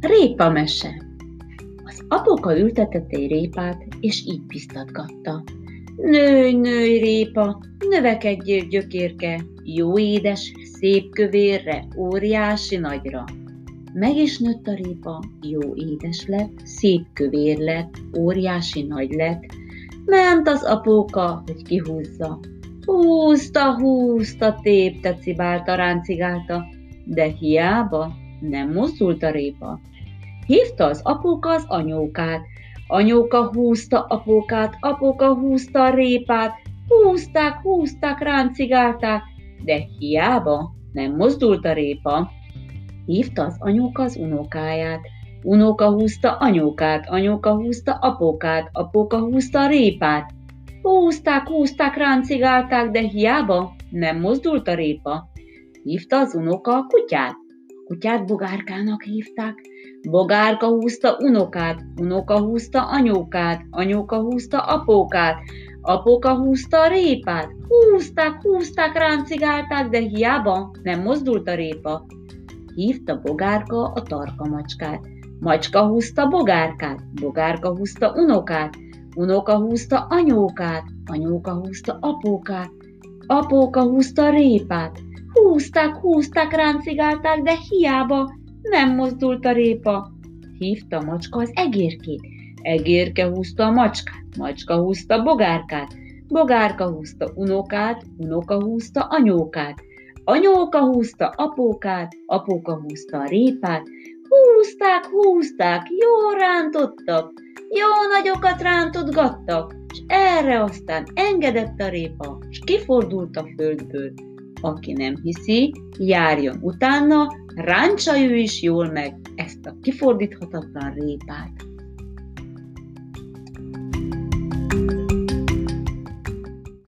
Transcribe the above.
Répa mese. Az apuka ültetett egy répát, és így biztatgatta. Nőj, nőj, répa, növekedjél, gyökérke, jó édes, szép kövérre, óriási nagyra. Meg is nőtt a répa, jó édes lett, szép kövér lett, óriási nagy lett. Ment az apóka, hogy kihúzza. Húzta, húzta, tépte, cibálta, ráncigálta, de hiába nem mozdult a répa. Hívta az apóka az anyókát. Anyóka húzta apókát, apóka húzta a répát. Húzták, húzták, ráncigálták, de hiába nem mozdult a répa. Hívta az anyóka az unokáját. Unoka húzta anyókát, anyóka húzta apókát, apóka húzta a répát. Húzták, húzták, ráncigálták, de hiába nem mozdult a répa. Hívta az unoka a kutyát. Kutyát Bogárkának hívták. Bogárka húzta unokát, unoka húzta anyókát, anyóka húzta apókát, apóka húzta a répát. Húzták, húzták, ráncigálták, de hiába nem mozdult a répa. Hívta Bogárka a tarka macskát. Macska húzta Bogárkát, Bogárka húzta unokát, unoka húzta anyókát, anyóka húzta apókát, apóka húzta a répát. Húzták, húzták, ráncigálták, de hiába nem mozdult a répa. Hívta a macska az egérkét. Egérke húzta a macskát, macska húzta Bogárkát, Bogárka húzta unokát, unoka húzta anyókát, anyóka húzta apókát, apóka húzta a répát. Húzták, húzták, jól rántottak, jó nagyokat rántotgattak, és erre aztán engedett a répa, és kifordult a földből. Aki nem hiszi, járjon utána, ráncsa ő is jól meg ezt a kifordíthatatlan répát.